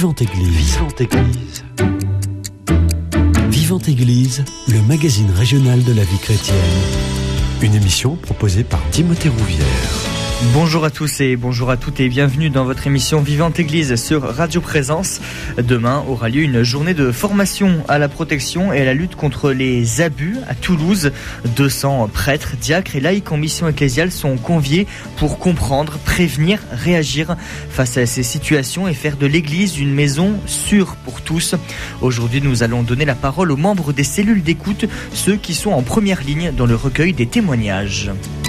Vivante Église. Vivante Église. Vivante Église, le magazine régional de la vie chrétienne. Une émission proposée par Timothée Rouvière. Bonjour à tous et bonjour à toutes et bienvenue dans votre émission Vivante Église sur Radio Présence. Demain aura lieu une journée de formation à la protection et à la lutte contre les abus à Toulouse. 200 prêtres, diacres et laïcs en mission ecclésiale sont conviés pour comprendre, prévenir, réagir face à ces situations et faire de l'église une maison sûre pour tous. Aujourd'hui, nous allons donner la parole aux membres des cellules d'écoute, ceux qui sont en première ligne dans le recueil des témoignages.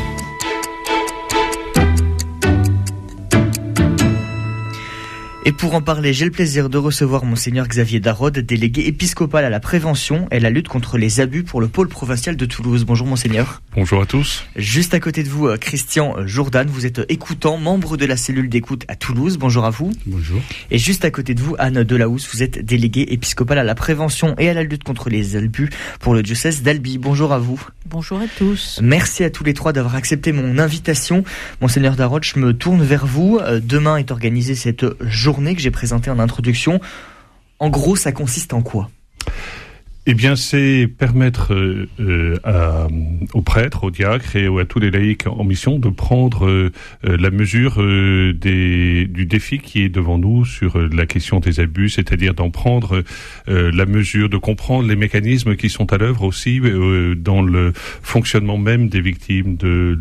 Et pour en parler, j'ai le plaisir de recevoir Monseigneur Xavier Darod, délégué épiscopal à la prévention et la lutte contre les abus pour le pôle provincial de Toulouse. Bonjour Monseigneur. Bonjour à tous. Juste à côté de vous, Christian Jourdan, vous êtes écoutant, membre de la cellule d'écoute à Toulouse. Bonjour à vous. Bonjour. Et juste à côté de vous, Anne Delahousse, vous êtes déléguée épiscopale à la prévention et à la lutte contre les abus pour le diocèse d'Albi. Bonjour à vous. Bonjour à tous. Merci à tous les trois d'avoir accepté mon invitation. Monseigneur Darod, je me tourne vers vous. Demain est organisée cette journée que j'ai présentée en introduction. En gros, ça consiste en quoi ? Eh bien, c'est permettre aux prêtres, aux diacres et à tous les laïcs en mission de prendre la mesure du défi qui est devant nous sur la question des abus, c'est-à-dire d'en prendre la mesure, de comprendre les mécanismes qui sont à l'œuvre aussi dans le fonctionnement même des victimes, de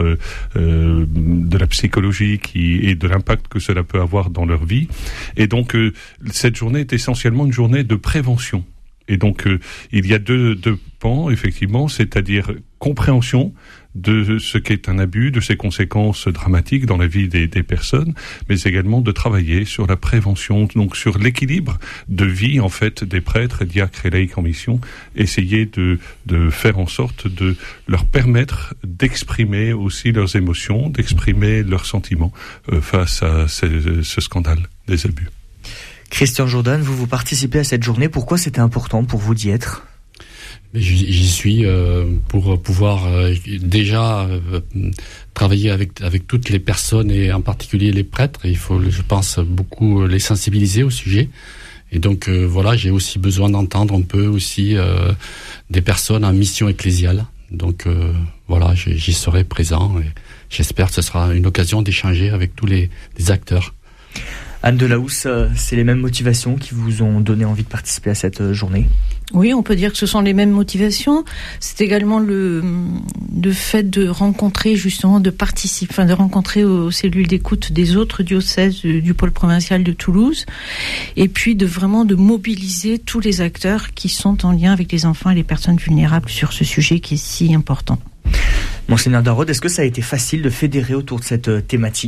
la psychologie et de l'impact que cela peut avoir dans leur vie. Et donc, cette journée est essentiellement une journée de prévention. Et donc, il y a deux pans, effectivement, c'est-à-dire compréhension de ce qu'est un abus, de ses conséquences dramatiques dans la vie des personnes, mais également de travailler sur la prévention, donc sur l'équilibre de vie, en fait, des prêtres, diacres et laïcs en mission, essayer de faire en sorte de leur permettre d'exprimer aussi leurs émotions, d'exprimer leurs sentiments face à ce scandale des abus. Christian Jourdan, vous participez à cette journée. Pourquoi c'était important pour vous d'y être ? J'y suis pour pouvoir déjà travailler avec toutes les personnes et en particulier les prêtres. Il faut, je pense, beaucoup les sensibiliser au sujet. Et donc voilà, j'ai aussi besoin d'entendre un peu aussi des personnes en mission ecclésiale. Donc voilà, j'y serai présent et j'espère que ce sera une occasion d'échanger avec tous les acteurs. Anne Delahousse, c'est les mêmes motivations qui vous ont donné envie de participer à cette journée ? Oui, on peut dire que ce sont les mêmes motivations. C'est également le fait de rencontrer justement, de rencontrer aux cellules d'écoute des autres diocèses du pôle provincial de Toulouse, et puis de mobiliser tous les acteurs qui sont en lien avec les enfants et les personnes vulnérables sur ce sujet qui est si important. Monseigneur Darod, est-ce que ça a été facile de fédérer autour de cette thématique ?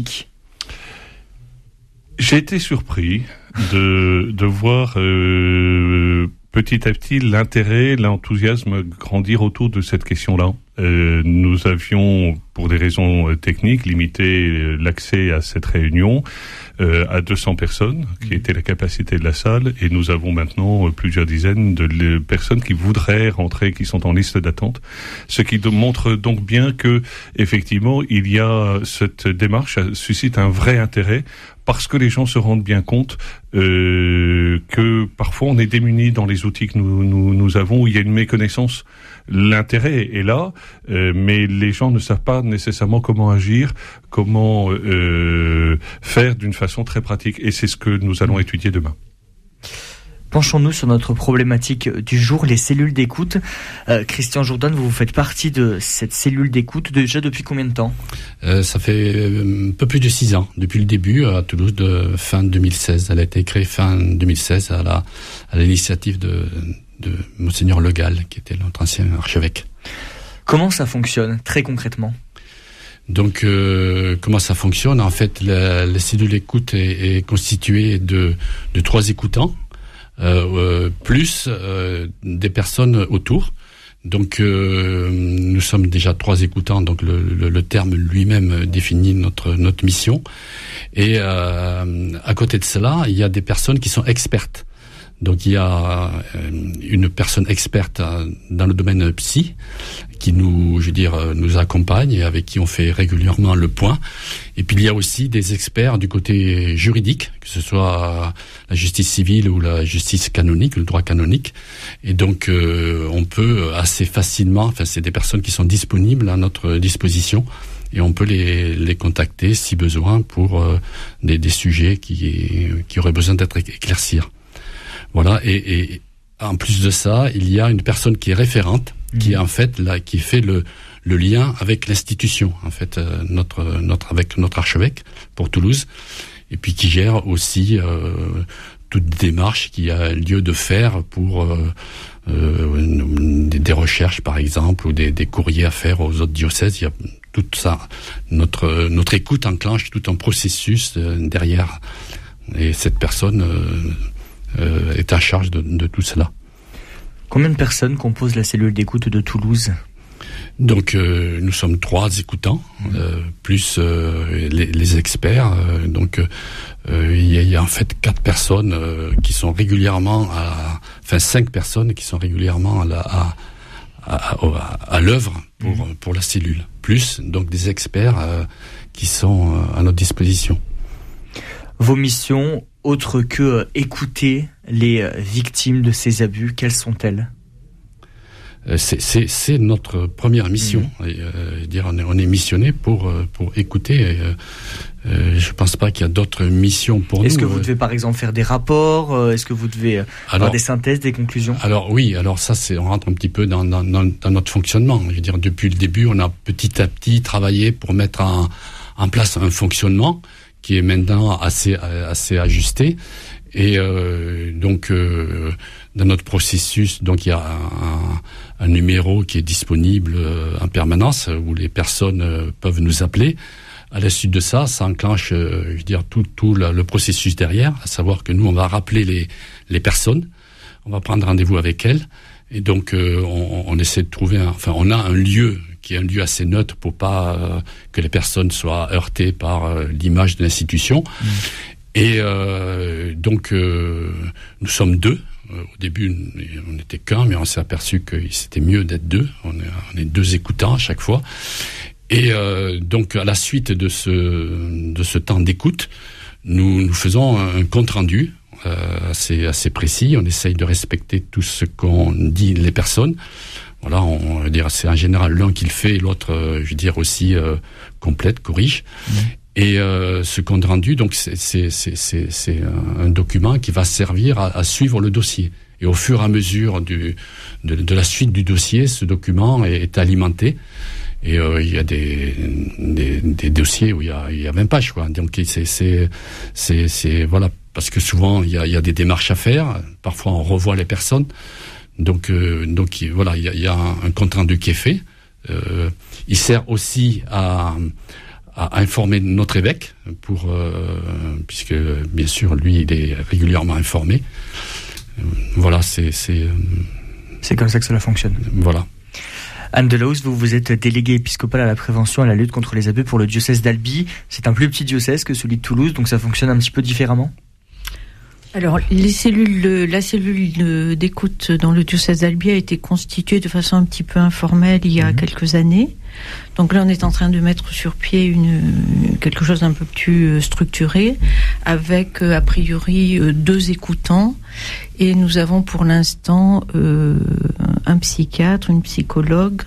J'ai été surpris de voir petit à petit l'intérêt, l'enthousiasme grandir autour de cette question-là. Nous avions, pour des raisons techniques, limité l'accès à cette réunion à 200 personnes, qui était la capacité de la salle, et nous avons maintenant plusieurs dizaines de personnes qui voudraient rentrer, qui sont en liste d'attente, ce qui montre donc bien que, effectivement, il y a cette démarche suscite un vrai intérêt, parce que les gens se rendent bien compte que parfois on est démunis dans les outils que nous avons, où il y a une méconnaissance. L'intérêt est là, mais les gens ne savent pas nécessairement comment agir, comment faire d'une façon très pratique. Et c'est ce que nous allons étudier demain. Penchons-nous sur notre problématique du jour, les cellules d'écoute. Christian Jourdan, vous faites partie de cette cellule d'écoute déjà depuis combien de temps ? Ça fait un peu plus de 6 ans, depuis le début à Toulouse, de fin 2016. Elle a été créée fin 2016 à l'initiative de Monseigneur Le Gall, qui était notre ancien archevêque. Comment ça fonctionne, très concrètement ? Donc, comment ça fonctionne ? En fait, la cellule d'écoute est constituée de 3 écoutants, plus des personnes autour. Donc, nous sommes déjà 3 écoutants, donc le terme lui-même définit notre mission. Et à côté de cela, il y a des personnes qui sont expertes. Donc il y a une personne experte dans le domaine psy qui nous accompagne et avec qui on fait régulièrement le point. Et puis il y a aussi des experts du côté juridique, que ce soit la justice civile ou la justice canonique, le droit canonique. Et donc on peut assez facilement, c'est des personnes qui sont disponibles à notre disposition. Et on peut les contacter si besoin pour des sujets qui auraient besoin d'être éclaircis. Voilà. Et en plus de ça, il y a une personne qui est référente, qui est en fait là, qui fait le lien avec l'institution, en fait, avec notre archevêque pour Toulouse, et puis qui gère aussi toute démarche qui a lieu de faire pour des recherches, par exemple, ou des courriers à faire aux autres diocèses. Il y a tout ça. Notre écoute enclenche tout un processus derrière, et cette personne est en charge de tout cela. Combien de personnes composent la cellule d'écoute de Toulouse ? Donc nous sommes 3 écoutants, plus les experts. Il y a en fait 4 personnes qui sont régulièrement 5 personnes qui sont régulièrement à l'œuvre pour la cellule. Plus donc des experts qui sont à notre disposition. Vos missions, autres que écouter les victimes de ces abus, quelles sont-elles ? C'est notre première mission. On est missionné pour écouter. Je pense pas qu'il y a d'autres missions pour nous. Est-ce que vous devez par exemple faire des rapports ? Est-ce que vous devez avoir des synthèses, des conclusions ? Alors oui, ça on rentre un petit peu dans notre fonctionnement. Je veux dire, depuis le début, on a petit à petit travaillé pour mettre en place un fonctionnement qui est maintenant assez ajusté. Et dans notre processus, donc il y a un numéro qui est disponible en permanence où les personnes peuvent nous appeler. À la suite de ça enclenche, tout le processus derrière, à savoir que nous on va rappeler les personnes, on va prendre rendez-vous avec elles, et donc on essaie de trouver, on a un lieu qui est un lieu assez neutre pour pas que les personnes soient heurtées par l'image de l'institution. Et nous sommes 2. Au début, on n'était qu'un, mais on s'est aperçu que c'était mieux d'être 2. On est 2 écoutants à chaque fois. Et donc, à la suite de ce temps d'écoute, nous faisons un compte rendu assez précis. On essaye de respecter tout ce qu'ont dit les personnes. Voilà, on va dire, c'est en général l'un qui le fait, et l'autre, aussi complète, corrige. Et ce compte rendu, donc c'est un document qui va servir à suivre le dossier. Et au fur et à mesure de la suite du dossier, ce document est alimenté. Et il y a des dossiers où il y a 20 pages, quoi. Donc c'est voilà, parce que souvent il y a des démarches à faire. Parfois on revoit les personnes. Donc voilà, il y a un compte rendu qui est fait. Il sert aussi à informer notre évêque puisque bien sûr lui il est régulièrement informé. Voilà, c'est comme ça que cela fonctionne. Voilà. Anne Delahousse, vous êtes déléguée épiscopale à la prévention et à la lutte contre les abus pour le diocèse d'Albi. C'est un plus petit diocèse que celui de Toulouse, donc ça fonctionne un petit peu différemment. Alors, la cellule d'écoute dans le diocèse d'Albi a été constituée de façon un petit peu informelle il y a quelques années. Donc là, on est en train de mettre sur pied quelque chose d'un peu plus structuré, avec a priori 2 écoutants. Et nous avons pour l'instant un psychiatre, une psychologue,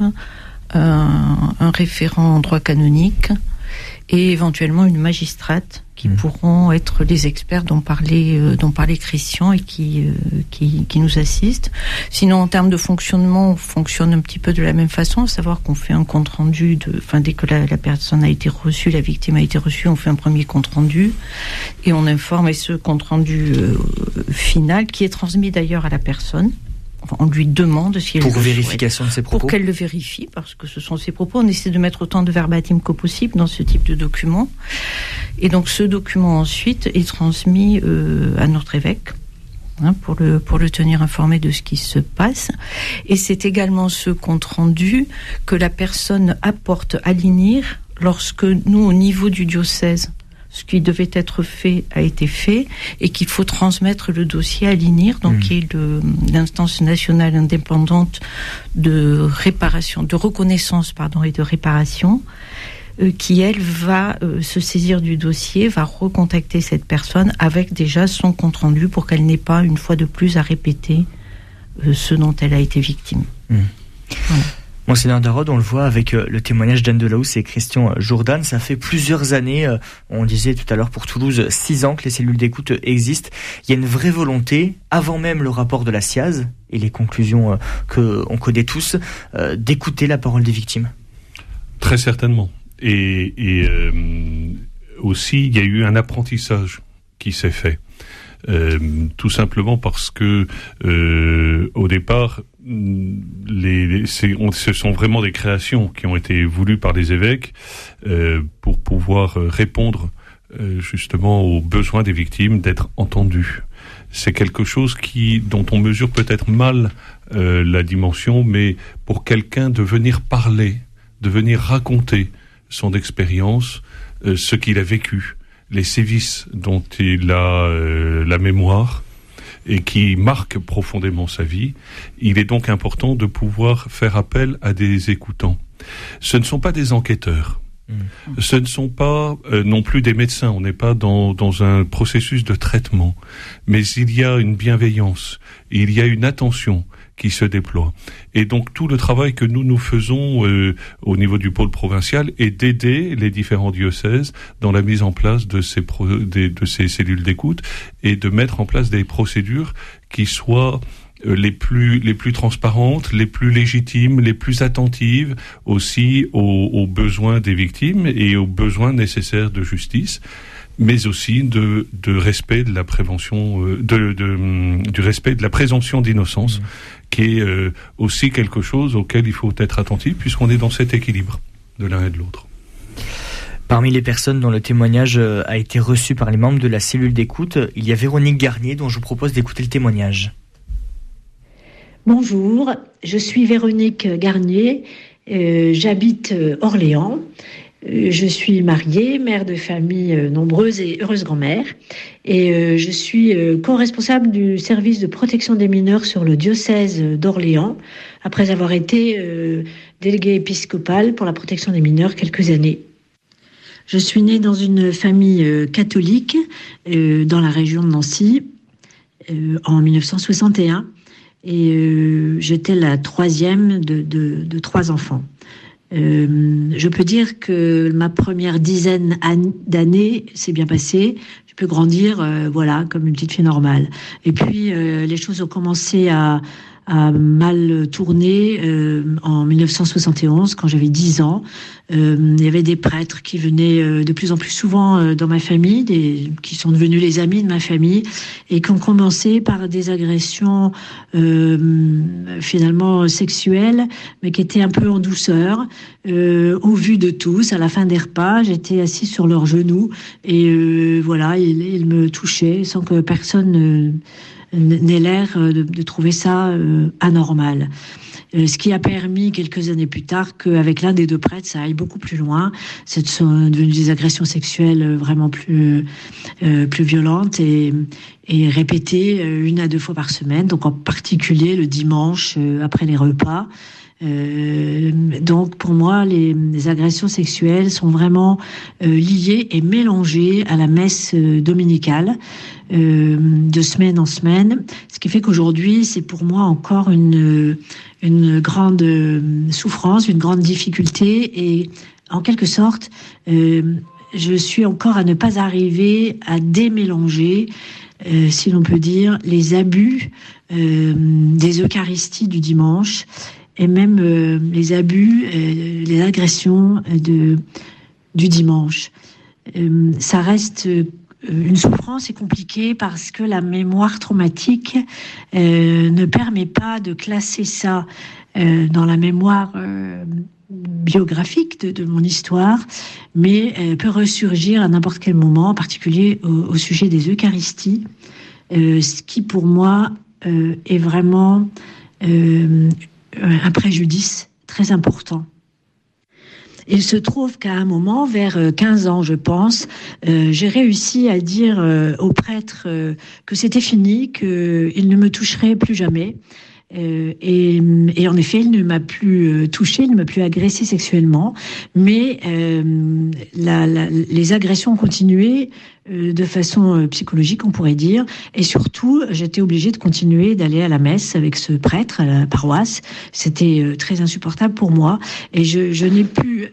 un référent en droit canonique et éventuellement une magistrate qui pourront être les experts dont parlait Christian et qui nous assistent. Sinon, en termes de fonctionnement, on fonctionne un petit peu de la même façon, à savoir qu'on fait un compte rendu dès que la personne a été reçue, la victime a été reçue, on fait un premier compte rendu et on informe, et ce compte rendu final, qui est transmis d'ailleurs à la personne. On lui demande si elle pour vérification de ses propos. Pour qu'elle le vérifie, parce que ce sont ses propos. On essaie de mettre autant de verbatim que possible dans ce type de document. Et donc ce document ensuite est transmis à notre évêque pour le tenir informé de ce qui se passe. Et c'est également ce compte rendu que la personne apporte à l'INIR lorsque nous, au niveau du diocèse, ce qui devait être fait a été fait et qu'il faut transmettre le dossier à l'INIR, donc qui est l'instance nationale indépendante de réparation, de reconnaissance, et de réparation, qui elle va se saisir du dossier, va recontacter cette personne avec déjà son compte rendu pour qu'elle n'ait pas une fois de plus à répéter ce dont elle a été victime. Voilà. Monseigneur Darod, on le voit avec le témoignage d'Anne Delahousse et Christian Jourdan, ça fait plusieurs années, on disait tout à l'heure pour Toulouse, 6 ans que les cellules d'écoute existent. Il y a une vraie volonté, avant même le rapport de la SIAZ et les conclusions qu'on connaît tous, d'écouter la parole des victimes. Très certainement. Et aussi, il y a eu un apprentissage qui s'est fait. Tout simplement parce que au départ, ce sont vraiment des créations qui ont été voulues par les évêques pour pouvoir répondre justement aux besoins des victimes d'être entendus. C'est quelque chose dont on mesure peut-être mal la dimension, mais pour quelqu'un de venir parler, de venir raconter son expérience, ce qu'il a vécu, les sévices dont il a la mémoire et qui marquent profondément sa vie, il est donc important de pouvoir faire appel à des écoutants. Ce ne sont pas des enquêteurs. Ce ne sont pas non plus des médecins. On n'est pas dans un processus de traitement. Mais il y a une bienveillance, il y a une attention qui se déploie. Et donc tout le travail que nous faisons au niveau du pôle provincial est d'aider les différents diocèses dans la mise en place de ces cellules d'écoute et de mettre en place des procédures qui soient les plus transparentes, les plus légitimes, les plus attentives aussi aux besoins des victimes et aux besoins nécessaires de justice, mais aussi de respect de la prévention, du respect de la présomption d'innocence, qui est aussi quelque chose auquel il faut être attentif, puisqu'on est dans cet équilibre de l'un et de l'autre. Parmi les personnes dont le témoignage a été reçu par les membres de la cellule d'écoute, il y a Véronique Garnier, dont je vous propose d'écouter le témoignage. Bonjour, je suis Véronique Garnier, j'habite Orléans. Je suis mariée, mère de famille nombreuse et heureuse grand-mère. Et je suis co-responsable du service de protection des mineurs sur le diocèse d'Orléans, après avoir été déléguée épiscopale pour la protection des mineurs quelques années. Je suis née dans une famille catholique dans la région de Nancy en 1961 et j'étais la troisième de 3 enfants. Je peux dire que ma première dizaine d'années s'est bien passée. J'ai pu grandir, comme une petite fille normale. Et puis, les choses ont commencé à mal tourner en 1971, quand j'avais 10 ans. Il y avait des prêtres qui venaient de plus en plus souvent dans ma famille, qui sont devenus les amis de ma famille, et qui ont commencé par des agressions finalement sexuelles, mais qui étaient un peu en douceur. Au vu de tous, à la fin des repas, j'étais assise sur leurs genoux, et ils me touchaient sans que personne n'ait l'air de trouver ça anormal. Ce qui a permis quelques années plus tard qu'avec l'un des 2 prêtres, ça aille beaucoup plus loin. Ce sont devenues des agressions sexuelles vraiment plus violentes et répétées 1 à 2 fois par semaine, donc en particulier le dimanche après les repas. Donc pour moi, les agressions sexuelles sont vraiment liées et mélangées à la messe dominicale de semaine en semaine, ce qui fait qu'aujourd'hui c'est pour moi encore une grande souffrance, une grande difficulté, et en quelque sorte je suis encore à ne pas arriver à démélanger, si l'on peut dire, les abus des Eucharisties du dimanche et même les abus, les agressions du dimanche. Ça reste une souffrance est compliquée parce que la mémoire traumatique ne permet pas de classer ça dans la mémoire biographique de mon histoire, mais peut ressurgir à n'importe quel moment, en particulier au sujet des Eucharisties, ce qui pour moi est vraiment un préjudice très important. il se trouve qu'à un moment, vers 15 ans, je pense, j'ai réussi à dire au prêtre que c'était fini, qu'il ne me toucherait plus jamais. Et en effet, il ne m'a plus touchée, il ne m'a plus agressée sexuellement, mais les agressions ont continué de façon psychologique, on pourrait dire, et surtout, j'étais obligée de continuer d'aller à la messe avec ce prêtre à la paroisse. C'était très insupportable pour moi, et je n'ai pu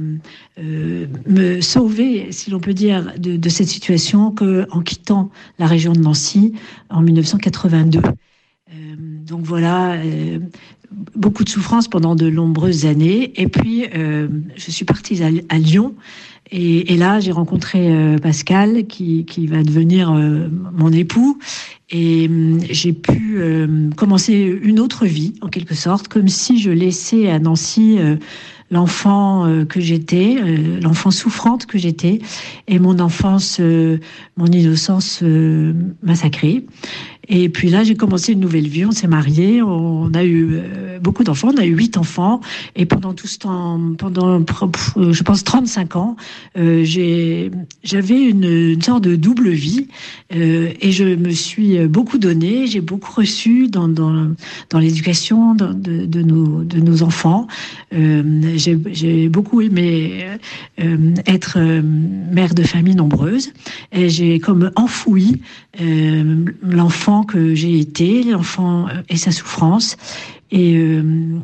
me sauver, si l'on peut dire, de cette situation qu'en quittant la région de Nancy en 1982. Donc voilà, beaucoup de souffrance pendant de nombreuses années. Et puis, je suis partie à Lyon. Et là, j'ai rencontré Pascal, qui va devenir mon époux. Et j'ai pu commencer une autre vie, en quelque sorte, comme si je laissais à Nancy l'enfant que j'étais, l'enfant souffrante que j'étais, et mon enfance, mon innocence massacrée. Et puis là, j'ai commencé une nouvelle vie, on s'est mariés, on a eu beaucoup d'enfants, on a eu 8 enfants, et pendant tout ce temps, pendant, je pense, 35 ans, j'avais une sorte de double vie, et je me suis beaucoup donnée, j'ai beaucoup reçu dans l'éducation de nos enfants. J'ai beaucoup aimé être mère de famille nombreuse, et j'ai comme enfoui l'enfant que j'ai été, l'enfant et sa souffrance, et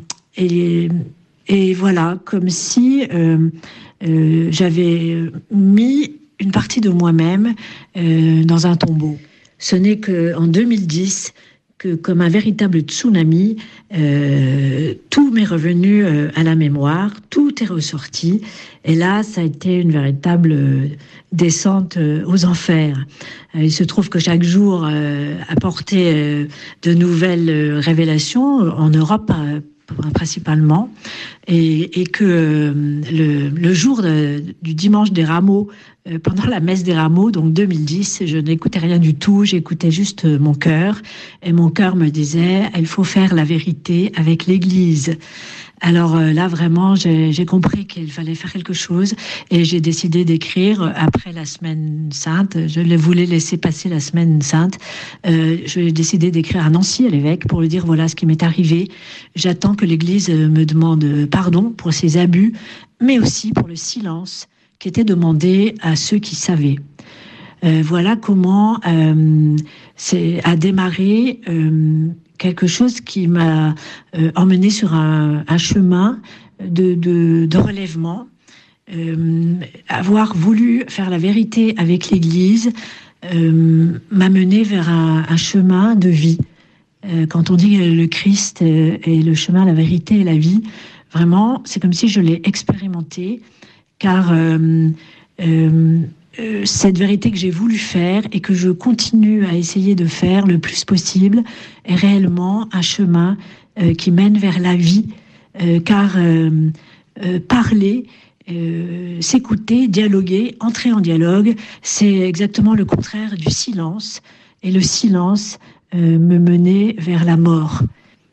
voilà, comme si j'avais mis une partie de moi-même dans un tombeau. Ce n'est qu'en 2010 que, comme un véritable tsunami, tout m'est revenu à la mémoire, tout est ressorti, et là, ça a été une véritable descente aux enfers. Il se trouve que chaque jour apportait de nouvelles révélations en Europe principalement, et que le jour du dimanche des Rameaux, pendant la messe des Rameaux, donc 2010, je n'écoutais rien du tout, j'écoutais juste mon cœur, et mon cœur me disait « il faut faire la vérité avec l'Église ». Alors là, vraiment, j'ai compris qu'il fallait faire quelque chose, et j'ai décidé d'écrire après la Semaine Sainte. Je voulais laisser passer la Semaine Sainte. J'ai décidé d'écrire à Nancy, à l'évêque, pour lui dire voilà ce qui m'est arrivé. J'attends que l'Église me demande pardon pour ses abus, mais aussi pour le silence qui était demandé à ceux qui savaient. Voilà comment a démarré quelque chose qui m'a emmené sur un chemin de relèvement. Avoir voulu faire la vérité avec l'Église m'a mené vers un chemin de vie. Quand on dit le Christ est le chemin, la vérité et la vie, vraiment, c'est comme si je l'ai expérimenté, car cette vérité que j'ai voulu faire et que je continue à essayer de faire le plus possible est réellement un chemin qui mène vers la vie, car parler, s'écouter, dialoguer, entrer en dialogue, c'est exactement le contraire du silence, et le silence me menait vers la mort.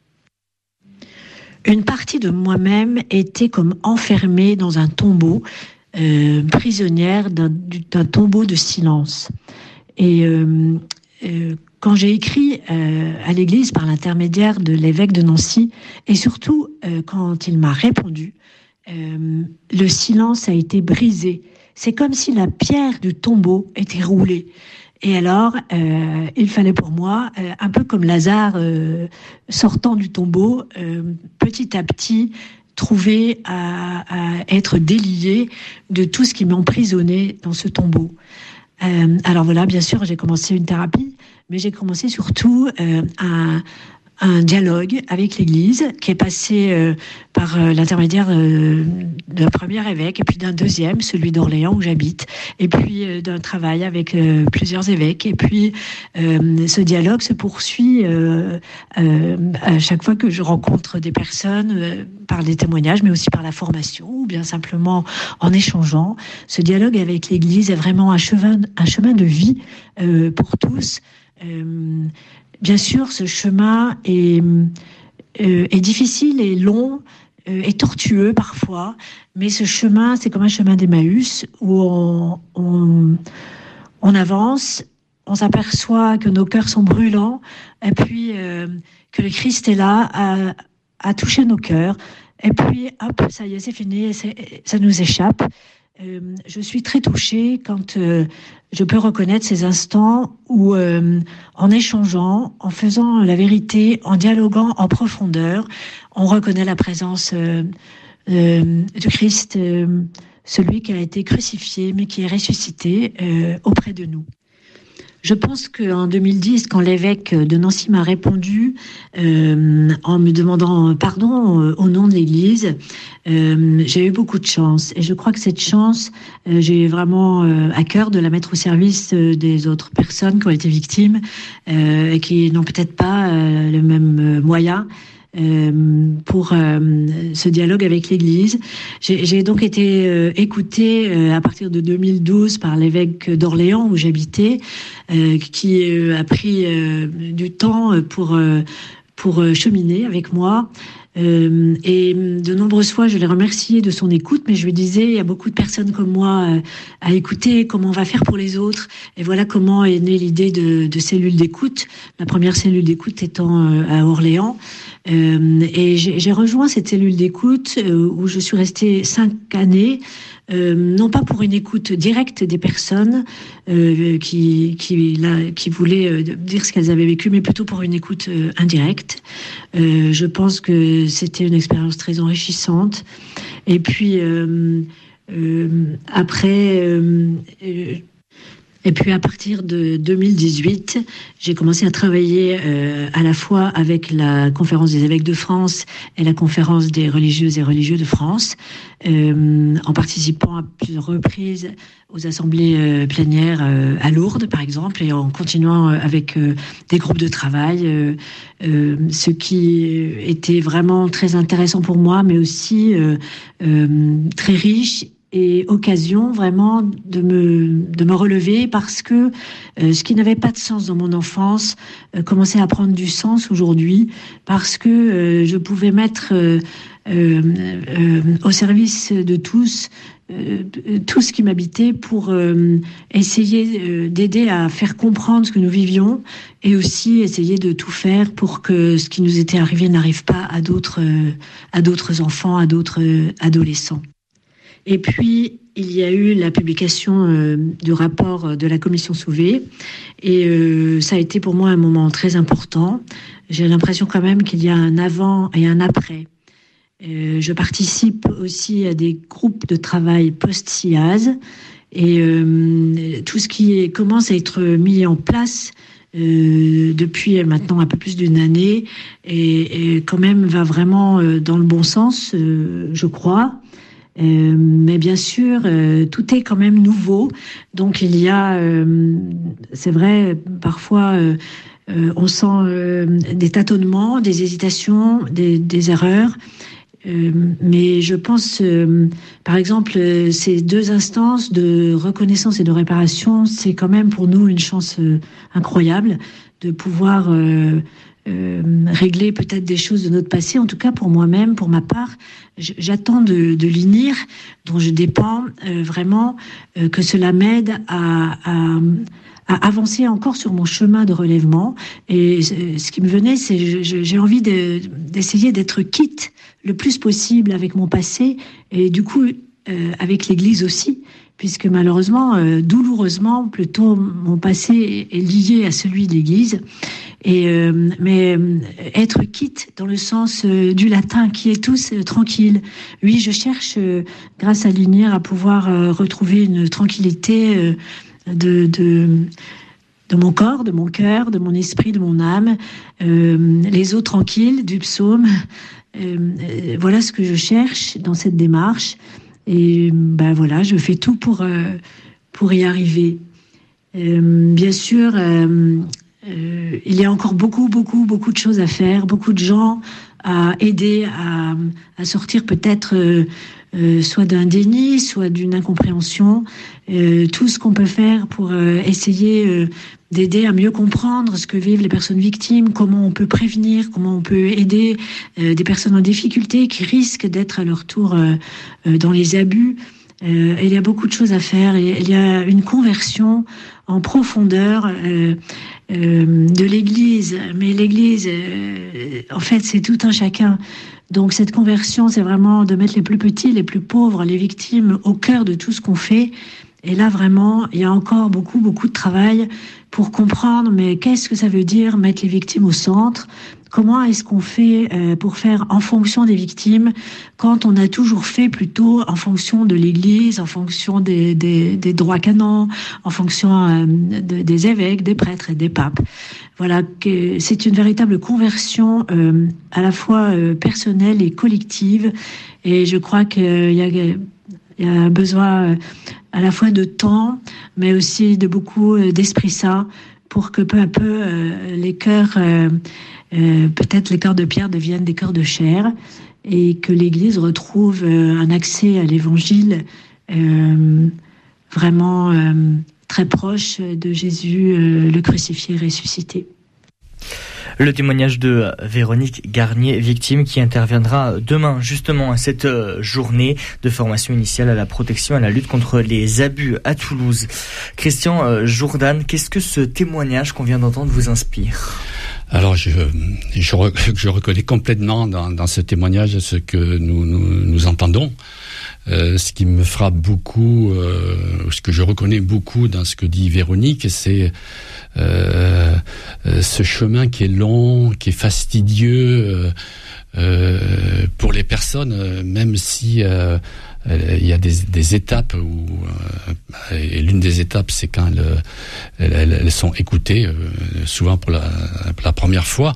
Une partie de moi-même était comme enfermée dans un tombeau, prisonnière d'un tombeau de silence. Et quand j'ai écrit à l'Église par l'intermédiaire de l'évêque de Nancy, et surtout quand il m'a répondu, le silence a été brisé. C'est comme si la pierre du tombeau était roulée. Et alors, il fallait pour moi, un peu comme Lazare sortant du tombeau, petit à petit, trouver à être délié de tout ce qui m'emprisonnait dans ce tombeau. Alors voilà, bien sûr, j'ai commencé une thérapie, mais j'ai commencé surtout un dialogue avec l'Église qui est passé par l'intermédiaire d'un premier évêque et puis d'un deuxième, celui d'Orléans où j'habite, et puis d'un travail avec plusieurs évêques. Et puis ce dialogue se poursuit à chaque fois que je rencontre des personnes par des témoignages, mais aussi par la formation ou bien simplement en échangeant. Ce dialogue avec l'Église est vraiment un chemin de vie pour tous. Bien sûr, ce chemin est difficile et long, est tortueux parfois, mais ce chemin, c'est comme un chemin d'Emmaüs où on avance, on s'aperçoit que nos cœurs sont brûlants, et puis que le Christ est là à toucher nos cœurs, et puis hop, ça y est, c'est fini, ça nous échappe. Je suis très touchée quand je peux reconnaître ces instants où, en échangeant, en faisant la vérité, en dialoguant en profondeur, on reconnaît la présence du Christ, celui qui a été crucifié mais qui est ressuscité auprès de nous. Je pense qu'en 2010, quand l'évêque de Nancy m'a répondu en me demandant pardon au nom de l'Église, j'ai eu beaucoup de chance. Et je crois que cette chance, j'ai vraiment à cœur de la mettre au service des autres personnes qui ont été victimes et qui n'ont peut-être pas le même moyen pour ce dialogue avec l'Église. J'ai donc été écoutée à partir de 2012 par l'évêque d'Orléans où j'habitais, qui a pris du temps pour cheminer avec moi. Et de nombreuses fois, je l'ai remercié de son écoute, mais je lui disais, il y a beaucoup de personnes comme moi à écouter, comment on va faire pour les autres. Et voilà comment est née l'idée de cellules d'écoute. La première cellule d'écoute étant à Orléans. Et j'ai rejoint cette cellule d'écoute où je suis restée 5 années, non pas pour une écoute directe des personnes qui voulaient dire ce qu'elles avaient vécu, mais plutôt pour une écoute indirecte. Je pense que c'était une expérience très enrichissante. Et puis Et puis à partir de 2018, j'ai commencé à travailler à la fois avec la Conférence des évêques de France et la Conférence des religieuses et religieux de France, en participant à plusieurs reprises aux assemblées plénières à Lourdes, par exemple, et en continuant avec des groupes de travail, ce qui était vraiment très intéressant pour moi, mais aussi très riche et occasion vraiment de me relever parce que ce qui n'avait pas de sens dans mon enfance commençait à prendre du sens aujourd'hui parce que je pouvais mettre au service de tous tout ce qui m'habitait pour essayer d'aider à faire comprendre ce que nous vivions et aussi essayer de tout faire pour que ce qui nous était arrivé n'arrive pas à d'autres enfants, à d'autres adolescents. Et puis, il y a eu la publication du rapport de la Commission Sauvé. Et ça a été pour moi un moment très important. J'ai l'impression quand même qu'il y a un avant et un après. Je participe aussi à des groupes de travail post-SIAZ. Et tout ce qui commence à être mis en place depuis maintenant un peu plus d'une année et quand même va vraiment dans le bon sens, je crois. Mais bien sûr, tout est quand même nouveau. Donc il y a, c'est vrai, parfois on sent des tâtonnements, des hésitations, des erreurs. Mais je pense, par exemple, ces 2 instances de reconnaissance et de réparation, c'est quand même pour nous une chance incroyable de pouvoir régler peut-être des choses de notre passé. En tout cas, pour moi-même, pour ma part, j'attends de l'INIR, dont je dépends vraiment, que cela m'aide à avancer encore sur mon chemin de relèvement. Et ce qui me venait, c'est j'ai envie d'essayer d'être quitte le plus possible avec mon passé et du coup avec l'Église aussi, puisque malheureusement, douloureusement, plutôt mon passé est lié à celui de l'Église. Mais être quitte dans le sens du latin qui est tous tranquille. Oui, je cherche grâce à l'INIR à pouvoir retrouver une tranquillité de mon corps, de mon cœur, de mon esprit, de mon âme, les eaux tranquilles du psaume. Voilà ce que je cherche dans cette démarche. Et ben voilà, je fais tout pour y arriver. Bien sûr, il y a encore beaucoup de choses à faire, beaucoup de gens à aider à sortir peut-être soit d'un déni, soit d'une incompréhension. Tout ce qu'on peut faire pour essayer d'aider à mieux comprendre ce que vivent les personnes victimes, comment on peut prévenir, comment on peut aider des personnes en difficulté qui risquent d'être à leur tour dans les abus. Il y a beaucoup de choses à faire. Il y a une conversion en profondeur de l'Église. Mais l'Église, en fait, c'est tout un chacun. Donc cette conversion, c'est vraiment de mettre les plus petits, les plus pauvres, les victimes au cœur de tout ce qu'on fait. Et là, vraiment, il y a encore beaucoup de travail pour comprendre, mais qu'est-ce que ça veut dire mettre les victimes au centre ? Comment est-ce qu'on fait pour faire en fonction des victimes quand on a toujours fait plutôt en fonction de l'Église, en fonction des droits canons, en fonction des évêques, des prêtres et des papes. Voilà, c'est une véritable conversion à la fois personnelle et collective. Et je crois qu'il y a besoin à la fois de temps, mais aussi de beaucoup d'Esprit Saint pour que peu à peu les cœurs... peut-être les cœurs de pierre deviennent des cœurs de chair et que l'Église retrouve un accès à l'Évangile vraiment très proche de Jésus, le crucifié et ressuscité. Le témoignage de Véronique Garnier, victime, qui interviendra demain justement à cette journée de formation initiale à la protection et à la lutte contre les abus à Toulouse. Christian Jourdan, qu'est-ce que ce témoignage qu'on vient d'entendre vous inspire ? Alors, je reconnais complètement dans ce témoignage ce que nous entendons. Ce qui me frappe beaucoup, ce que je reconnais beaucoup dans ce que dit Véronique, c'est ce chemin qui est long, qui est fastidieux pour les personnes, même si il y a des étapes où, et l'une des étapes, c'est quand elles sont écoutées, souvent pour la première fois.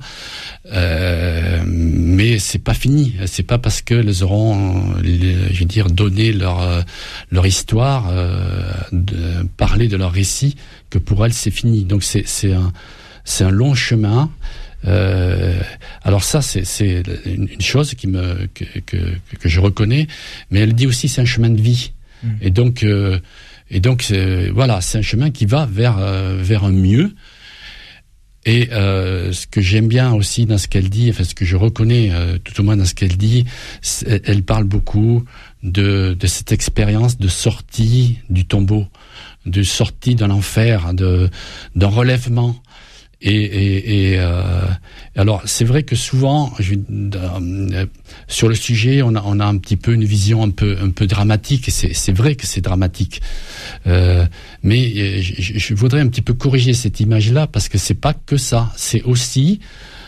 Mais c'est pas fini. C'est pas parce qu'elles auront, je veux dire, donné leur histoire, parlé de leur récit, que pour elles c'est fini. Donc c'est un long chemin. Alors ça, c'est une chose que je reconnais, mais elle dit aussi c'est un chemin de vie. Et donc voilà, c'est un chemin qui va vers un mieux. Et ce que j'aime bien aussi dans ce qu'elle dit, enfin ce que je reconnais tout au moins dans ce qu'elle dit, elle parle beaucoup de cette expérience de sortie du tombeau, de sortie de l'enfer, d'un relèvement. Et alors c'est vrai que souvent sur le sujet on a un petit peu une vision un peu dramatique, et c'est vrai que c'est dramatique, mais je voudrais un petit peu corriger cette image-là, parce que c'est pas que ça, c'est aussi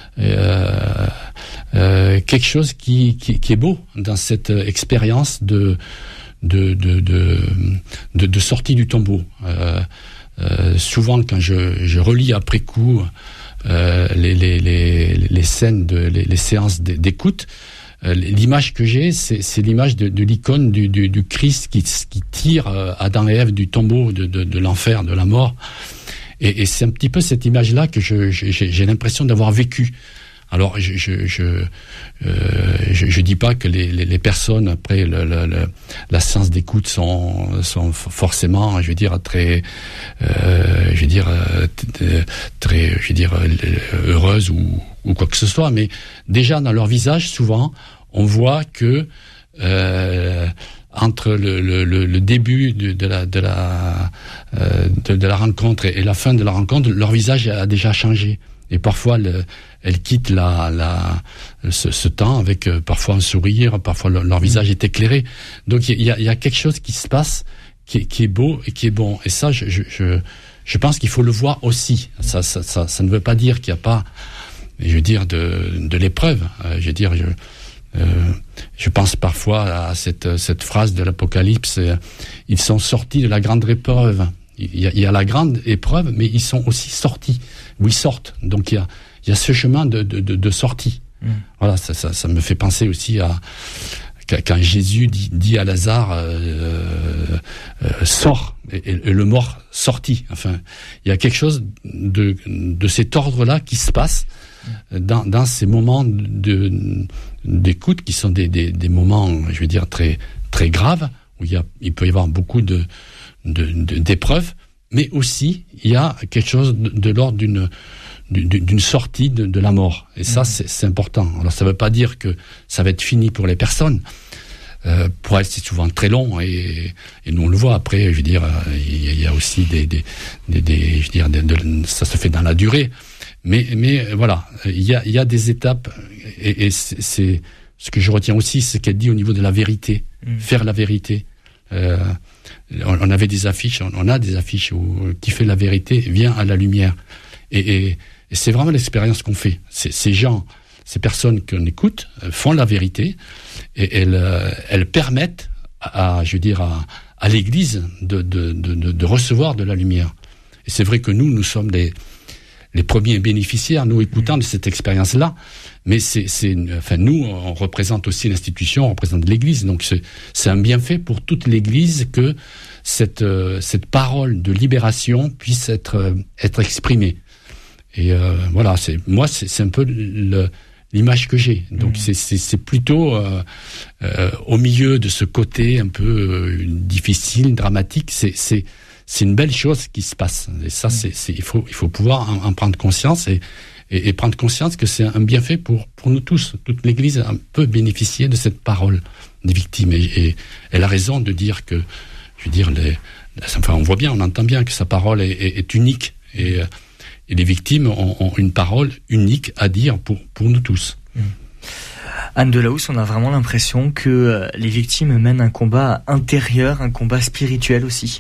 quelque chose qui est beau dans cette expérience de sortie du tombeau. Souvent, quand je relis après coup les scènes, les séances d'écoute, l'image que j'ai, c'est l'image de l'icône du Christ qui tire Adam et Ève du tombeau de l'enfer, de la mort. Et c'est un petit peu cette image-là que j'ai l'impression d'avoir vécu. Alors, je dis pas que les personnes après la séance d'écoute sont forcément, je veux dire, très heureuses ou quoi que ce soit, mais déjà dans leur visage, souvent, on voit que entre le début de la rencontre et la fin de la rencontre, leur visage a déjà changé. Et parfois, elles quittent ce temps avec parfois un sourire, parfois leur visage est éclairé. Donc il y a quelque chose qui se passe qui est beau et qui est bon. Et ça, je pense qu'il faut le voir aussi. Ça ne veut pas dire qu'il n'y a pas, je veux dire, de l'épreuve. Je veux dire, je pense parfois à cette phrase de l'Apocalypse. Ils sont sortis de la grande épreuve. Il y a la grande épreuve, mais ils sont aussi sortis. Où ils sortent. Donc il y a ce chemin de sortie. Voilà, ça me fait penser aussi à quand Jésus dit à Lazare sors, et le mort sortit. Enfin, il y a quelque chose de cet ordre-là qui se passe dans ces moments d'écoute qui sont des moments, je veux dire, très très graves, où il peut y avoir beaucoup d'épreuves, mais aussi il y a quelque chose de l'ordre d'une sortie de la mort. Et ça, c'est important. Alors, ça ne veut pas dire que ça va être fini pour les personnes. Pour elles, c'est souvent très long, et nous on le voit. Après, je veux dire, il y a aussi ça se fait dans la durée. Mais voilà, il y a des étapes, et c'est ce que je retiens aussi, c'est ce qu'elle dit au niveau de la vérité, faire la vérité. On avait des affiches, on a des affiches où qui fait la vérité vient à la lumière, et c'est vraiment l'expérience qu'on fait. Ces gens, ces personnes qu'on écoute font la vérité, et elles permettent à l'Église de recevoir de la lumière. Et c'est vrai que nous sommes les premiers bénéficiaires, nous écoutants de cette expérience-là, mais nous, on représente aussi l'institution, on représente l'Église, donc c'est un bienfait pour toute l'Église que cette parole de libération puisse être exprimée. Et voilà, c'est un peu l'image que j'ai. Donc c'est plutôt au milieu de ce côté un peu difficile, dramatique, c'est une belle chose qui se passe. Et ça, il faut pouvoir en prendre conscience et prendre conscience que c'est un bienfait pour nous tous. Toute l'Église peut bénéficier de cette parole des victimes. Et elle a raison de dire que, je veux dire, on voit bien, on entend bien que sa parole est unique. Et les victimes ont une parole unique à dire pour nous tous. Anne Delahousse, on a vraiment l'impression que les victimes mènent un combat intérieur, un combat spirituel aussi.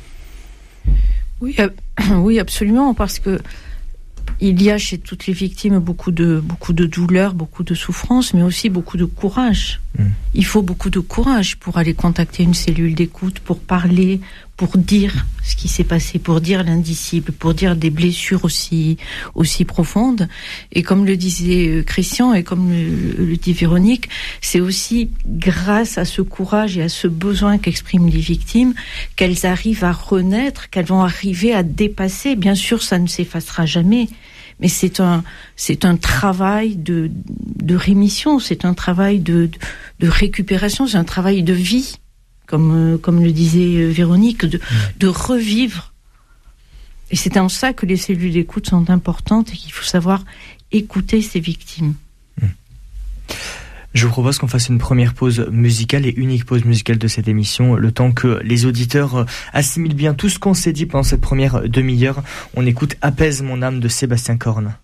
Oui, absolument, parce que il y a chez toutes les victimes beaucoup de douleur, beaucoup de souffrance, mais aussi beaucoup de courage. Il faut beaucoup de courage pour aller contacter une cellule d'écoute, pour parler, pour dire ce qui s'est passé, pour dire l'indicible, pour dire des blessures aussi profondes. Et comme le disait Christian et comme le dit Véronique, c'est aussi grâce à ce courage et à ce besoin qu'expriment les victimes qu'elles arrivent à renaître, qu'elles vont arriver à dépasser. Bien sûr, ça ne s'effacera jamais, mais c'est un travail de rémission, c'est un travail de récupération, c'est un travail de vie, comme le disait Véronique, de revivre. Et c'est en ça que les cellules d'écoute sont importantes et qu'il faut savoir écouter ces victimes. Je vous propose qu'on fasse une première pause musicale et unique pause musicale de cette émission, le temps que les auditeurs assimilent bien tout ce qu'on s'est dit pendant cette première demi-heure. On écoute « Apaise mon âme » de Sébastien Korn.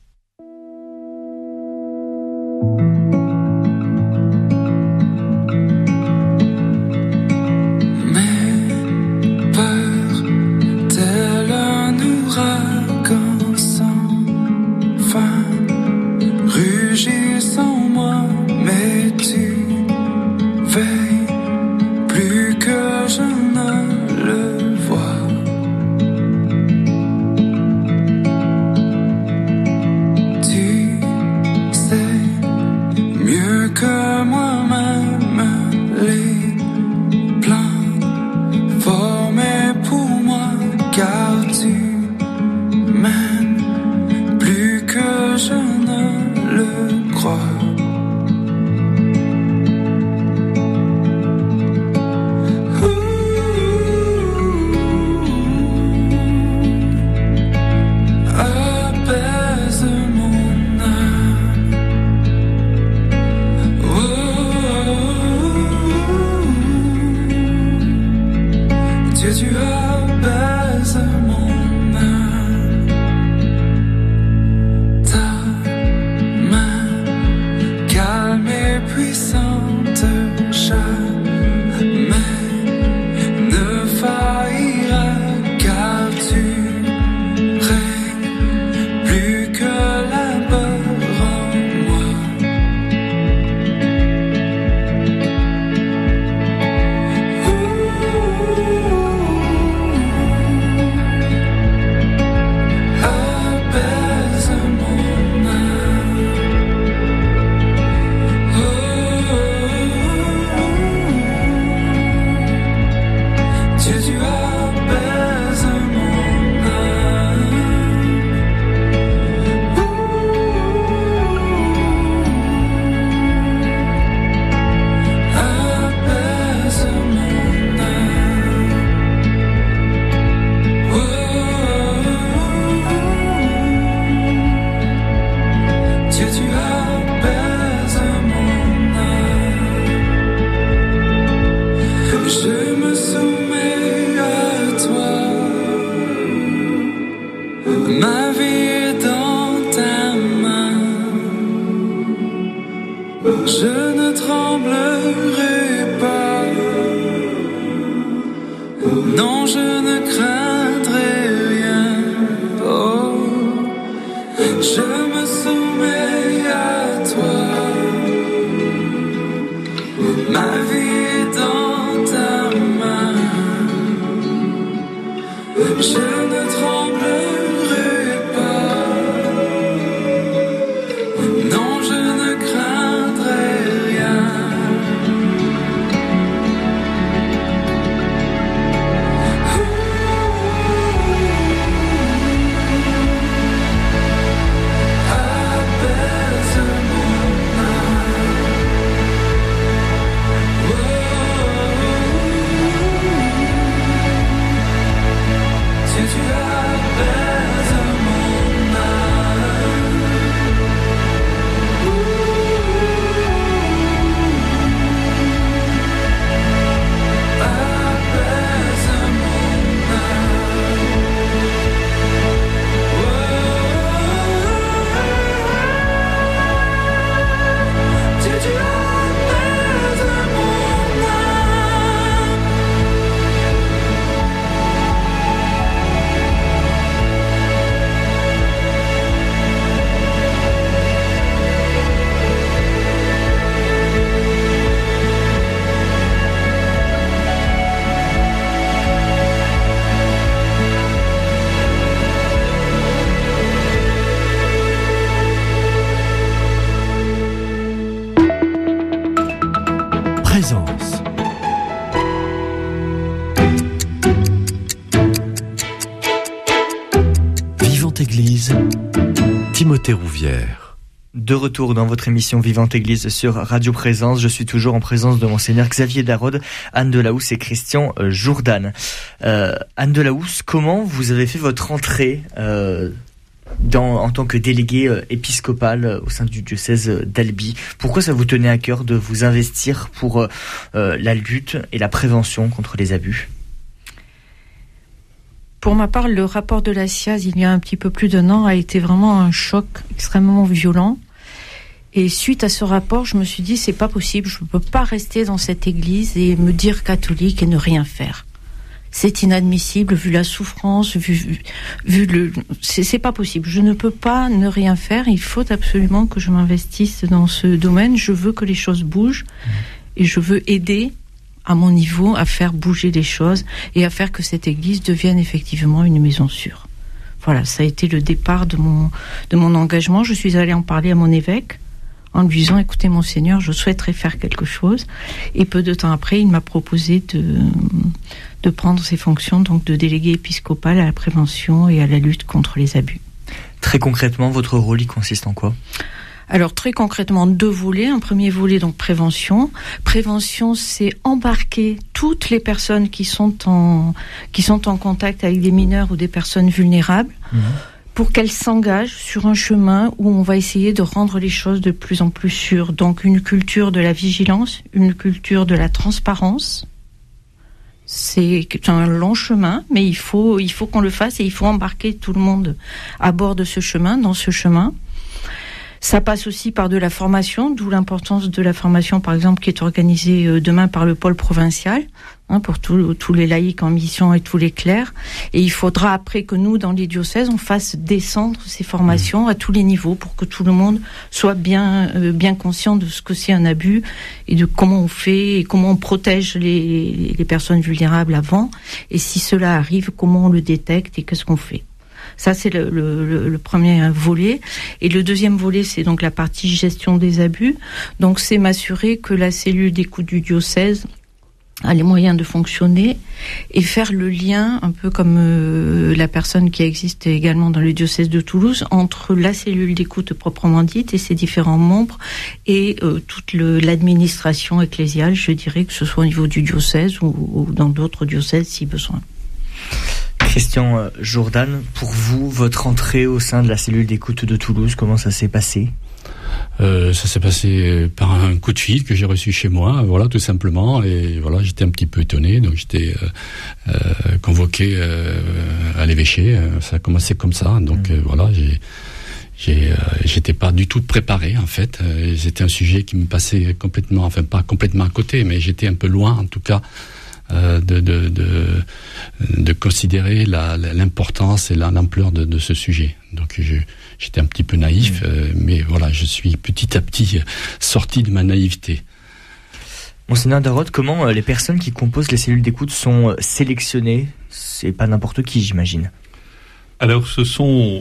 Ma vie est dans ta main. Je ne tremblerai pas. Non, je ne craindrai rien. Oh, je me soumets à toi. Ma vie est dans ta main. Je ne tremblerai pas. Non, je ne craindrai rien. Apaise mon âme. Si tu apaises mon âme, apaise mon âme. Si tu apaises mon âme. Présence. Vivante Église, Timothée Rouvière. De retour dans votre émission Vivante Église sur Radio Présence, je suis toujours en présence de Monseigneur Xavier Darod, Anne Delahousse et Christian Jourdan. Anne Delahousse, comment vous avez fait votre entrée en tant que délégué épiscopal au sein du diocèse d'Albi? Pourquoi ça vous tenait à cœur de vous investir pour la lutte et la prévention contre les abus? Pour ma part, le rapport de la SIAZ, il y a un petit peu plus d'1 an, a été vraiment un choc extrêmement violent. Et suite à ce rapport, je me suis dit, c'est pas possible, je ne peux pas rester dans cette église et me dire catholique et ne rien faire. C'est inadmissible, vu la souffrance, vu c'est pas possible. Je ne peux pas ne rien faire. Il faut absolument que je m'investisse dans ce domaine. Je veux que les choses bougent et je veux aider à mon niveau à faire bouger les choses et à faire que cette église devienne effectivement une maison sûre. Voilà, ça a été le départ de mon engagement. Je suis allée en parler à mon évêque en lui disant, écoutez Monseigneur, je souhaiterais faire quelque chose. Et peu de temps après, il m'a proposé de prendre ses fonctions, donc de délégué épiscopal à la prévention et à la lutte contre les abus. Très concrètement, votre rôle, il consiste en quoi ? Alors très concrètement, 2 volets. Un premier volet, donc prévention. Prévention, c'est embarquer toutes les personnes qui sont en contact avec des mineurs ou des personnes vulnérables pour qu'elles s'engagent sur un chemin où on va essayer de rendre les choses de plus en plus sûres. Donc une culture de la vigilance, une culture de la transparence. C'est un long chemin, mais il faut qu'on le fasse et il faut embarquer tout le monde à bord de ce chemin, dans ce chemin. Ça passe aussi par de la formation, d'où l'importance de la formation, par exemple, qui est organisée demain par le pôle provincial, pour tous les laïcs en mission et tous les clercs. Et il faudra après que nous, dans les diocèses, on fasse descendre ces formations à tous les niveaux pour que tout le monde soit bien conscient de ce que c'est un abus et de comment on fait et comment on protège les personnes vulnérables avant. Et si cela arrive, comment on le détecte et qu'est-ce qu'on fait. Ça, c'est le premier volet. Et le deuxième volet, c'est donc la partie gestion des abus. Donc, c'est m'assurer que la cellule d'écoute du diocèse a les moyens de fonctionner et faire le lien, un peu comme la personne qui existe également dans le diocèse de Toulouse, entre la cellule d'écoute proprement dite et ses différents membres et toute l'administration ecclésiale, je dirais, que ce soit au niveau du diocèse ou dans d'autres diocèses si besoin. Christian Jourdan, pour vous, votre entrée au sein de la cellule d'écoute de Toulouse, comment ça s'est passé ? Ça s'est passé par un coup de fil que j'ai reçu chez moi, voilà, tout simplement. Et voilà, j'étais un petit peu étonné, donc j'étais convoqué à l'évêché. Ça a commencé comme ça, donc voilà, j'étais pas du tout préparé en fait. C'était un sujet qui me passait complètement, enfin pas complètement à côté, mais j'étais un peu loin en tout cas de considérer l'importance et l'ampleur de ce sujet. Donc j'étais un petit peu naïf, mais voilà, je suis petit à petit sorti de ma naïveté. Monseigneur Darod, comment les personnes qui composent les cellules d'écoute sont sélectionnées? C'est pas n'importe qui, j'imagine. Alors, ce sont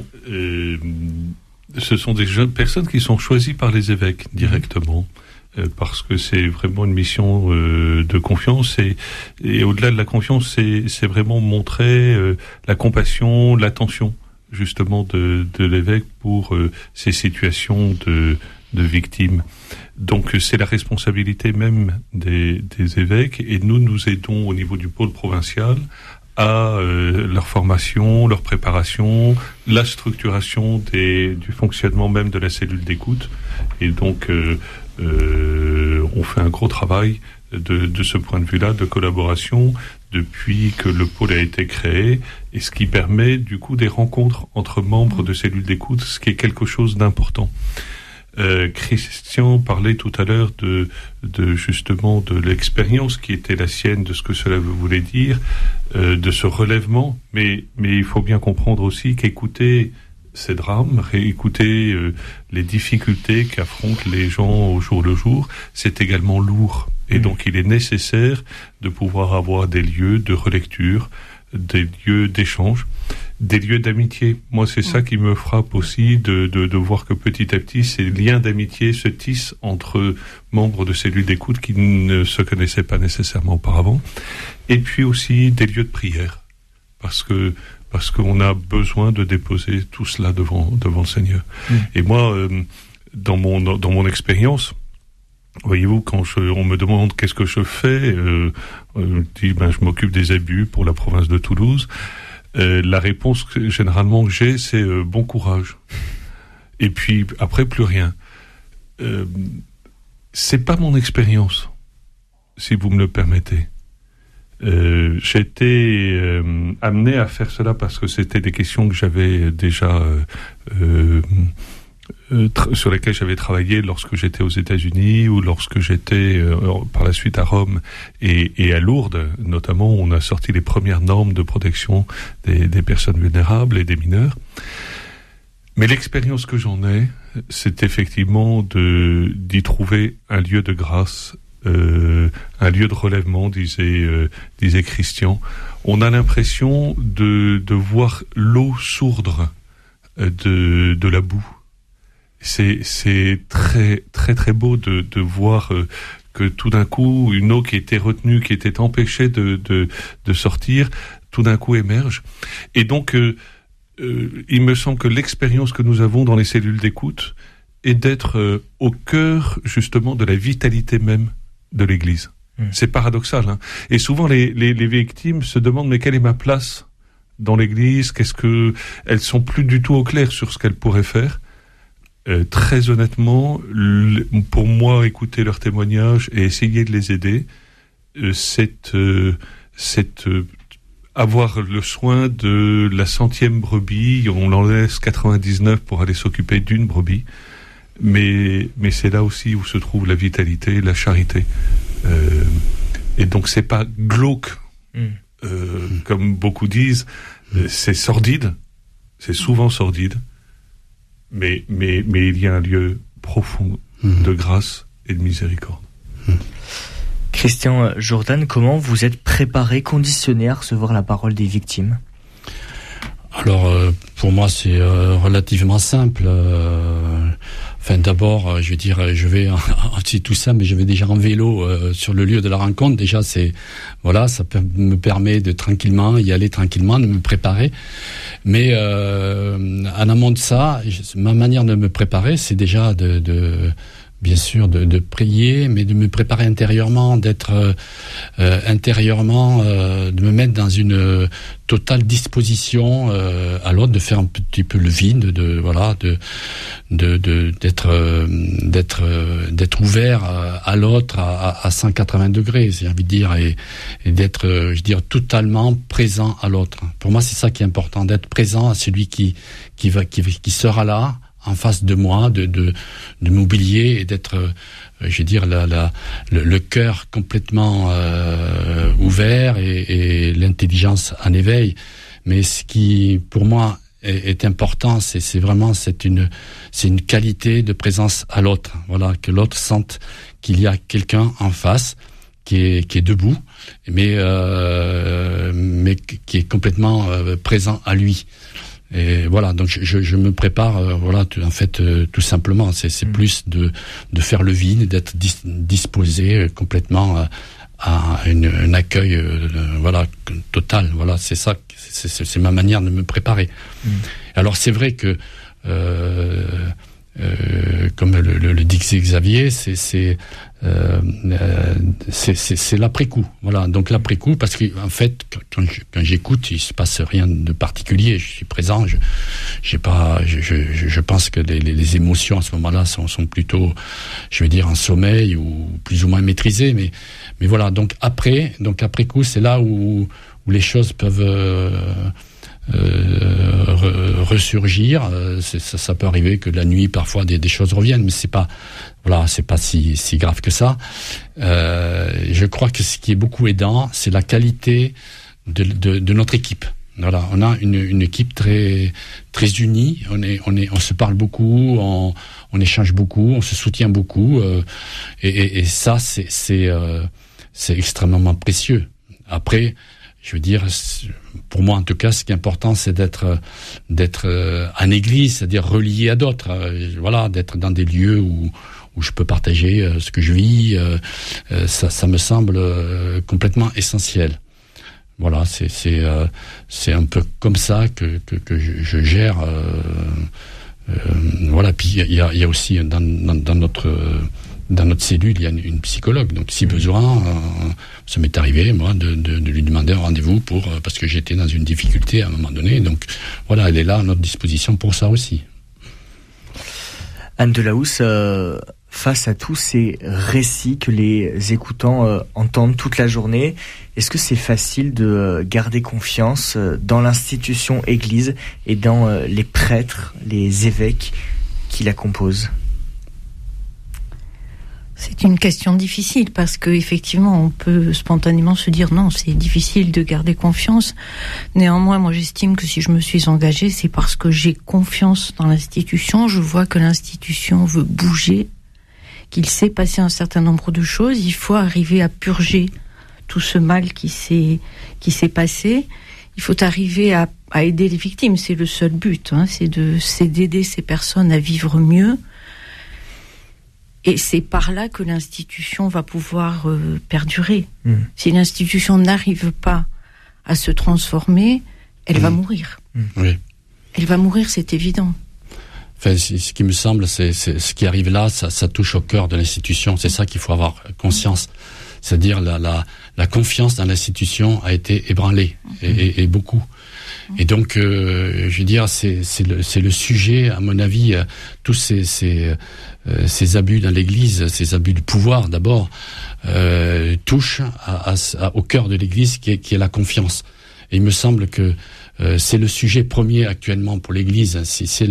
des jeunes personnes qui sont choisies par les évêques directement, parce que c'est vraiment une mission de confiance, et au-delà de la confiance, c'est vraiment montrer la compassion, l'attention justement de l'évêque pour ces situations de victimes. Donc c'est la responsabilité même des évêques, et nous aidons au niveau du pôle provincial à leur formation, leur préparation, la structuration du fonctionnement même de la cellule d'écoute. Et donc on fait un gros travail de ce point de vue-là, de collaboration, depuis que le pôle a été créé, et ce qui permet du coup des rencontres entre membres de cellules d'écoute, ce qui est quelque chose d'important. Christian parlait tout à l'heure de justement de l'expérience qui était la sienne, de ce que cela voulait dire, de ce relèvement, mais il faut bien comprendre aussi qu'écouter ces drames, réécouter les difficultés qu'affrontent les gens au jour le jour, c'est également lourd. Et donc il est nécessaire de pouvoir avoir des lieux de relecture, des lieux d'échange, des lieux d'amitié. Moi, c'est ça qui me frappe aussi, de voir que petit à petit, ces liens d'amitié se tissent entre membres de cellules d'écoute qui ne se connaissaient pas nécessairement auparavant. Et puis aussi des lieux de prière, parce qu'on a besoin de déposer tout cela devant le Seigneur. Et moi, dans mon expérience, voyez-vous, quand on me demande qu'est-ce que je fais, je dis je m'occupe des abus pour la province de Toulouse. La réponse que généralement j'ai, c'est bon courage. Et puis après, plus rien. C'est pas mon expérience, si vous me le permettez. J'ai été amené à faire cela parce que c'était des questions que j'avais déjà sur lesquelles j'avais travaillé lorsque j'étais aux États-Unis, ou lorsque j'étais par la suite à Rome et à Lourdes, notamment. On a sorti les premières normes de protection des personnes vulnérables et des mineurs. Mais l'expérience que j'en ai, c'est effectivement d'y trouver un lieu de grâce, un lieu de relèvement, disait Christian. On a l'impression de voir l'eau sourdre de la boue. C'est très très très beau de voir que tout d'un coup une eau qui était retenue, qui était empêchée de sortir, tout d'un coup émerge. Et donc il me semble que l'expérience que nous avons dans les cellules d'écoute est d'être au cœur justement de la vitalité même de l'Église. C'est paradoxal, hein. Et souvent les victimes se demandent mais quelle est ma place dans l'Église? Elles sont plus du tout au clair sur ce qu'elles pourraient faire. Très honnêtement, pour moi, écouter leurs témoignages et essayer de les aider, c'est avoir le soin de la 100e brebis. On en laisse 99 pour aller s'occuper d'une brebis, mais c'est là aussi où se trouve la vitalité, la charité. Et donc c'est pas glauque, comme beaucoup disent. C'est sordide, c'est souvent sordide. Mais il y a un lieu profond de grâce et de miséricorde. Christian Jourdan, comment vous êtes préparé, conditionné à recevoir la parole des victimes? Alors, pour moi, c'est relativement simple. D'abord, je veux dire, je vais, c'est tout ça, mais je vais déjà en vélo sur le lieu de la rencontre. Déjà, ça me permet de tranquillement y aller tranquillement, de me préparer. Mais en amont de ça, ma manière de me préparer, c'est déjà de bien sûr, de prier, mais de me préparer intérieurement, d'être intérieurement, de me mettre dans une totale disposition à l'autre, de faire un petit peu le vide, d'être ouvert à l'autre à 180 degrés, j'ai envie de dire, et d'être, je veux dire, totalement présent à l'autre. Pour moi, c'est ça qui est important, d'être présent à celui qui sera là, en face de moi, de m'oublier et d'être, je veux dire, le cœur complètement ouvert et l'intelligence en éveil. Mais ce qui, pour moi, est important, c'est vraiment une qualité de présence à l'autre. Voilà, que l'autre sente qu'il y a quelqu'un en face qui est debout, mais qui est complètement présent à lui. Et voilà, donc je me prépare, tout simplement, c'est plus de faire le vide, d'être disposé complètement à un accueil, total. Voilà, c'est ça, c'est ma manière de me préparer. Alors c'est vrai que comme le disait Xavier, c'est l'après-coup. Voilà, donc l'après-coup, parce que en fait, quand j'écoute, il se passe rien de particulier. Je suis présent. Je pense que les émotions à ce moment-là sont plutôt, je vais dire, en sommeil ou plus ou moins maîtrisées. Mais voilà. Donc après coup, c'est là où les choses peuvent ressurgir. Ça peut arriver que la nuit, parfois, des choses reviennent, mais c'est pas si grave que ça. Je crois que ce qui est beaucoup aidant, c'est la qualité de notre équipe. Voilà, on a une équipe très très unie. On se parle beaucoup, on échange beaucoup, on se soutient beaucoup, et ça c'est extrêmement précieux. Après, je veux dire, pour moi en tout cas, ce qui est important, c'est d'être en église, c'est-à-dire relié à d'autres. Voilà, d'être dans des lieux où je peux partager ce que je vis. Ça me semble complètement essentiel. Voilà, c'est un peu comme ça que je gère. Voilà, puis il y a aussi dans notre cellule, il y a une psychologue. Donc, si besoin, ça m'est arrivé, moi, de lui demander un rendez-vous parce que j'étais dans une difficulté à un moment donné. Donc, voilà, elle est là à notre disposition pour ça aussi. Anne Delahousse, face à tous ces récits que les écoutants entendent toute la journée, est-ce que c'est facile de garder confiance dans l'institution Église et dans les prêtres, les évêques qui la composent ? C'est une question difficile parce que effectivement, on peut spontanément se dire non, c'est difficile de garder confiance. Néanmoins, moi, j'estime que si je me suis engagée, c'est parce que j'ai confiance dans l'institution. Je vois que l'institution veut bouger, qu'il s'est passé un certain nombre de choses. Il faut arriver à purger tout ce mal qui s'est passé. Il faut arriver à aider les victimes. C'est le seul but, c'est d'aider ces personnes à vivre mieux. Et c'est par là que l'institution va pouvoir perdurer. Si l'institution n'arrive pas à se transformer, elle va mourir. Oui. Elle va mourir, c'est évident. Enfin, ce qui me semble, c'est ce qui arrive là, ça touche au cœur de l'institution. C'est ça qu'il faut avoir conscience. C'est-à-dire la confiance dans l'institution a été ébranlée, et beaucoup. Et donc, je veux dire, c'est le sujet, à mon avis, tous ces abus dans l'Église, ces abus de pouvoir d'abord, touchent au cœur de l'Église qui est la confiance. Et il me semble que c'est le sujet premier actuellement pour l'Église. C'est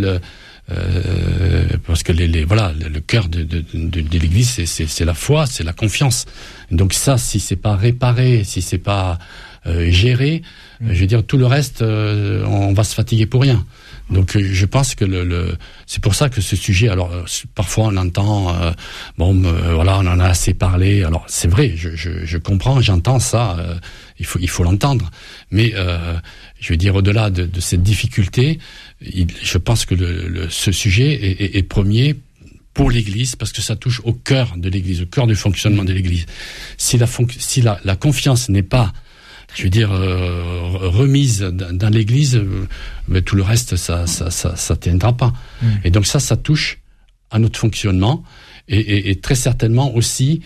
parce que le cœur de l'Église, c'est la foi, c'est la confiance. Donc ça, si c'est pas réparé, si c'est pas géré, je veux dire, tout le reste, on va se fatiguer pour rien. Donc je pense que c'est pour ça que ce sujet, alors parfois on entend voilà, on en a assez parlé. Alors c'est vrai, je comprends, j'entends ça, il faut l'entendre, mais je veux dire, au-delà de cette difficulté, je pense que ce sujet est premier pour l'Église, parce que ça touche au cœur de l'Église, au cœur du fonctionnement de l'Église. Si la confiance n'est pas, je veux dire, remise dans l'Église, mais tout le reste, ça tiendra pas. Et donc ça touche à notre fonctionnement. et très certainement aussi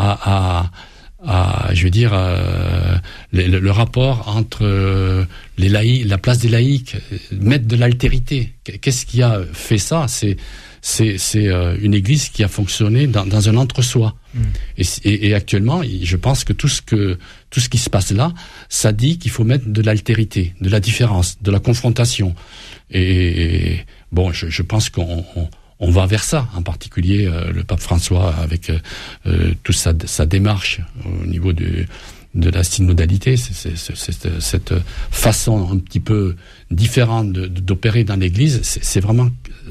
le rapport entre les laïcs, la place des laïcs, mettre de l'altérité. Qu'est-ce qui a fait ça? C'est une église qui a fonctionné dans un entre-soi. Et actuellement, je pense que tout ce qui se passe là, ça dit qu'il faut mettre de l'altérité, de la différence, de la confrontation. Et bon, je pense qu'on va vers ça, en particulier le pape François avec toute sa démarche au niveau de la synodalité, c'est cette façon un petit peu différente d'opérer dans l'Église. C'est vraiment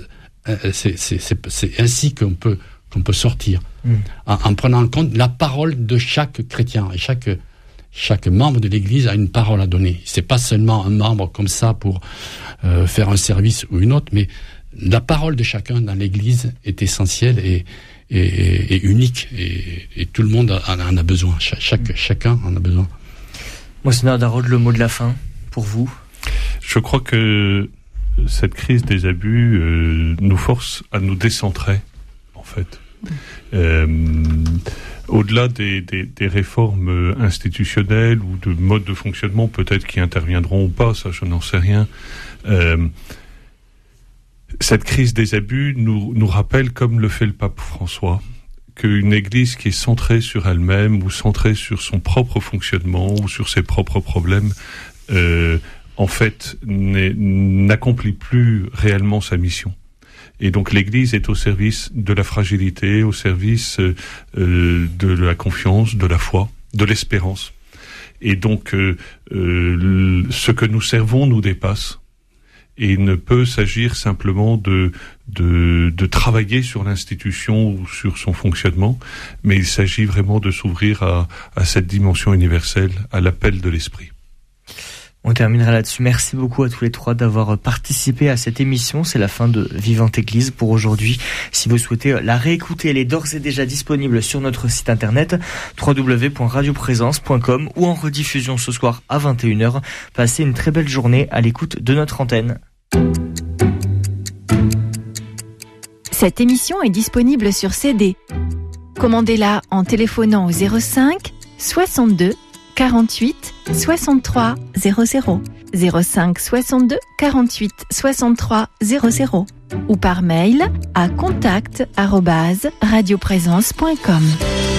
c'est ainsi qu'on peut sortir en prenant en compte la parole de chaque chrétien, et chaque membre de l'Église a une parole à donner. C'est pas seulement un membre comme ça pour faire un service ou une autre, mais la parole de chacun dans l'Église est essentielle et unique, et tout le monde en a besoin. Chacun en a besoin. Monseigneur Darod, le mot de la fin pour vous? Je crois que cette crise des abus nous force à nous décentrer, en fait. Au-delà des réformes institutionnelles ou de modes de fonctionnement, peut-être qui interviendront ou pas, ça je n'en sais rien. Cette crise des abus nous rappelle, comme le fait le pape François, qu'une église qui est centrée sur elle-même ou centrée sur son propre fonctionnement ou sur ses propres problèmes, en fait, n'accomplit plus réellement sa mission. Et donc l'église est au service de la fragilité, au service de la confiance, de la foi, de l'espérance. Et donc ce que nous servons nous dépasse. Et il ne peut s'agir simplement de travailler sur l'institution ou sur son fonctionnement, mais il s'agit vraiment de s'ouvrir à cette dimension universelle, à l'appel de l'Esprit. On terminera là-dessus. Merci beaucoup à tous les trois d'avoir participé à cette émission. C'est la fin de Vivante Église pour aujourd'hui. Si vous souhaitez la réécouter, elle est d'ores et déjà disponible sur notre site internet www.radioprésence.com ou en rediffusion ce soir à 21h. Passez une très belle journée à l'écoute de notre antenne. Cette émission est disponible sur CD. Commandez-la en téléphonant au 05 62 48 63 00, 05 62 48 63 00 ou par mail à contact@radioprésence.com.